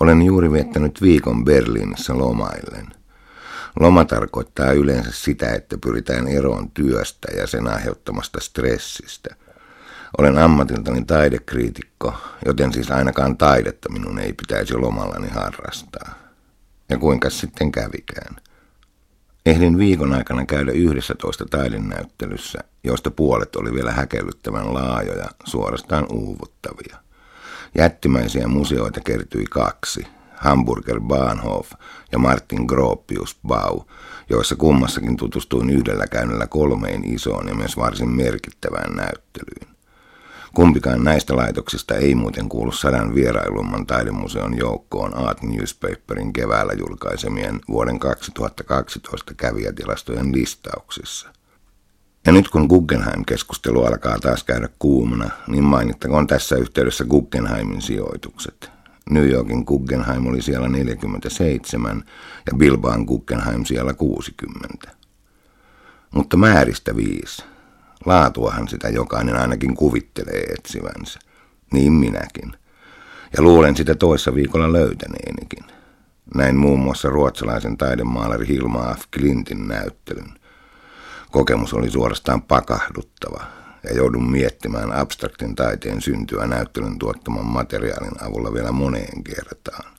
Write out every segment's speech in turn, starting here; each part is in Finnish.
Olen juuri viettänyt viikon Berliinissä lomaillen. Loma tarkoittaa yleensä sitä, että pyritään eroon työstä ja sen aiheuttamasta stressistä. Olen ammatiltani taidekriitikko, joten siis ainakaan taidetta minun ei pitäisi lomallani harrastaa. Ja kuinka sitten kävikään? Ehdin viikon aikana käydä 11 taidenäyttelyssä, joista puolet oli vielä häkellyttävän laajoja, suorastaan uuvuttavia. Jättimäisiä museoita kertyi 2, Hamburger Bahnhof ja Martin Gropius Bau, joissa kummassakin tutustuin yhdellä käynnillä 3 isoon ja myös varsin merkittävään näyttelyyn. Kumpikaan näistä laitoksista ei muuten kuulu 100 vierailumman taidemuseon joukkoon Art Newspaperin keväällä julkaisemien vuoden 2012 kävijätilastojen listauksissa. Ja nyt kun Guggenheim-keskustelu alkaa taas käydä kuumana, niin mainittakoon tässä yhteydessä Guggenheimin sijoitukset. New Yorkin Guggenheim oli siellä 47 ja Bilbaon Guggenheim siellä 60. Mutta määristä 5. Laatuahan sitä jokainen ainakin kuvittelee etsivänsä. Niin minäkin. Ja luulen sitä toissa viikolla löytäneenikin. Näin muun muassa ruotsalaisen taidemaalari Hilma af Klintin näyttelyn. Kokemus oli suorastaan pakahduttava ja joudun miettimään abstraktin taiteen syntyä näyttelyn tuottaman materiaalin avulla vielä moneen kertaan.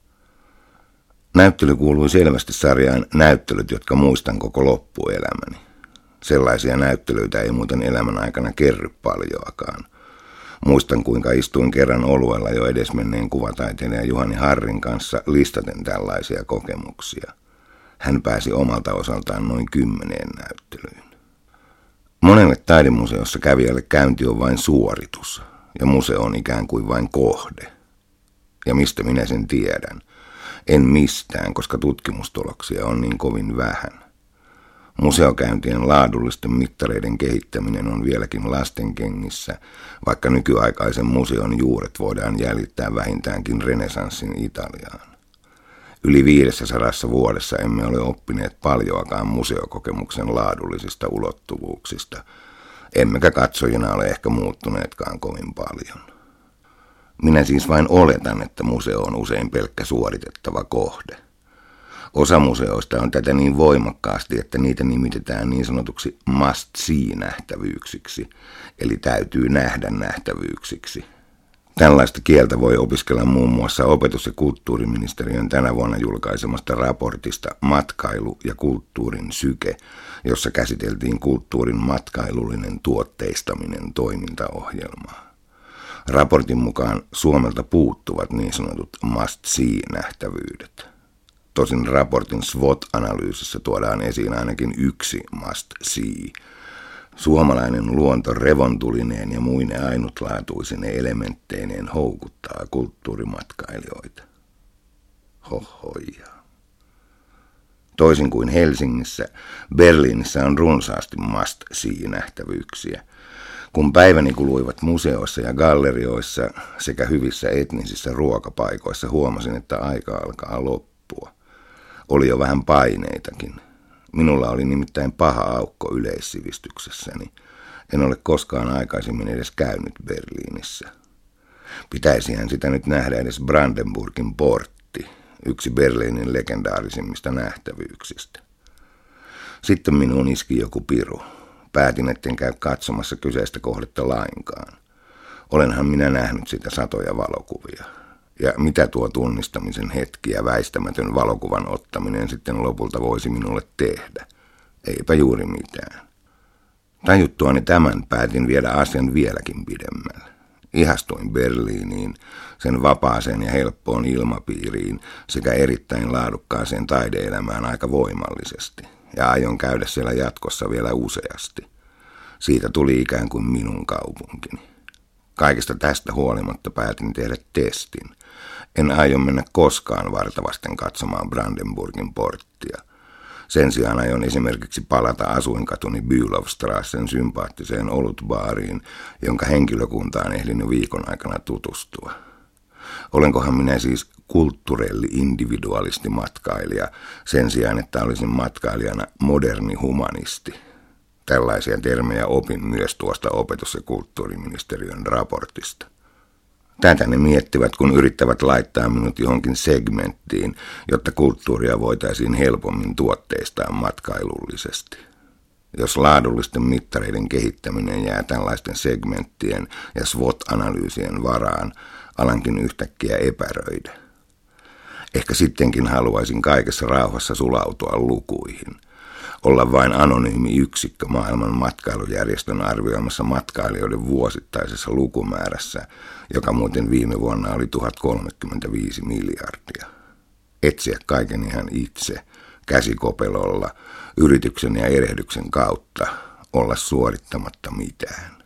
Näyttely kuului selvästi sarjaan näyttelyt, jotka muistan koko loppuelämäni. Sellaisia näyttelyitä ei muuten elämän aikana kerry paljoakaan. Muistan, kuinka istuin kerran oluella jo edesmenneen kuvataiteilija Juhani Harrin kanssa listaten tällaisia kokemuksia. Hän pääsi omalta osaltaan noin 10 näyttelyyn. Monelle taidemuseossa kävijälle käynti on vain suoritus, ja museo on ikään kuin vain kohde. Ja mistä minä sen tiedän? En mistään, koska tutkimustuloksia on niin kovin vähän. Museokäyntien laadullisten mittareiden kehittäminen on vieläkin lastenkengissä, vaikka nykyaikaisen museon juuret voidaan jäljittää vähintäänkin renesanssin Italiaan. Yli 500 vuodessa emme ole oppineet paljoakaan museokokemuksen laadullisista ulottuvuuksista, emmekä katsojina ole ehkä muuttuneetkaan kovin paljon. Minä siis vain oletan, että museo on usein pelkkä suoritettava kohde. Osa museoista on tätä niin voimakkaasti, että niitä nimitetään niin sanotuksi must-see-nähtävyyksiksi, eli täytyy nähdä nähtävyyksiksi. Tällaista kieltä voi opiskella muun muassa opetus- ja kulttuuriministeriön tänä vuonna julkaisemasta raportista Matkailu ja kulttuurin syke, jossa käsiteltiin kulttuurin matkailullinen tuotteistaminen toimintaohjelmaa. Raportin mukaan Suomelta puuttuvat niin sanotut must-see-nähtävyydet. Tosin raportin SWOT-analyysissä tuodaan esiin ainakin yksi must-see. Suomalainen luonto revontulineen ja muine ainutlaatuisine elementteineen houkuttaa kulttuurimatkailijoita. Hohoja. Toisin kuin Helsingissä, Berliinissä on runsaasti must-see-nähtävyyksiä. Kun päiväni kuluivat museoissa ja gallerioissa sekä hyvissä etnisissä ruokapaikoissa, huomasin, että aika alkaa loppua. Oli jo vähän paineitakin. Minulla oli nimittäin paha aukko yleissivistyksessäni. En ole koskaan aikaisemmin edes käynyt Berliinissä. Pitäisihän sitä nyt nähdä edes Brandenburgin portti, yksi Berliinin legendaarisimmista nähtävyyksistä. Sitten minuun iski joku piru. Päätin, etten käy katsomassa kyseistä kohdetta lainkaan. Olenhan minä nähnyt sitä satoja valokuvia. Ja mitä tuo tunnistamisen hetki ja väistämätön valokuvan ottaminen sitten lopulta voisi minulle tehdä? Eipä juuri mitään. Tajuttuani tämän päätin viedä asian vieläkin pidemmälle. Ihastuin Berliiniin, sen vapaaseen ja helppoon ilmapiiriin sekä erittäin laadukkaaseen taideelämään aika voimallisesti. Ja aion käydä siellä jatkossa vielä useasti. Siitä tuli ikään kuin minun kaupunkini. Kaikesta tästä huolimatta päätin tehdä testin. En aio mennä koskaan vartavasten katsomaan Brandenburgin porttia. Sen sijaan aion esimerkiksi palata asuinkatuni Bülowstrassen sympaattiseen olutbaariin, jonka henkilökuntaan ehdin jo viikon aikana tutustua. Olenkohan minä siis kulttuurelli-individualisti matkailija sen sijaan, että olisin matkailijana moderni humanisti. Tällaisia termejä opin myös tuosta opetus- ja kulttuuriministeriön raportista. Tätä ne miettivät, kun yrittävät laittaa minut johonkin segmenttiin, jotta kulttuuria voitaisiin helpommin tuotteistaa matkailullisesti. Jos laadullisten mittareiden kehittäminen jää tällaisten segmenttien ja SWOT-analyysien varaan, alankin yhtäkkiä epäröidä. Ehkä sittenkin haluaisin kaikessa rauhassa sulautua lukuihin. Olla vain anonyymi yksikkö maailman matkailujärjestön arvioimassa matkailijoiden vuosittaisessa lukumäärässä, joka muuten viime vuonna oli 1035 miljardia. Etsiä kaiken ihan itse, käsikopelolla, yrityksen ja erehdyksen kautta, olla suorittamatta mitään.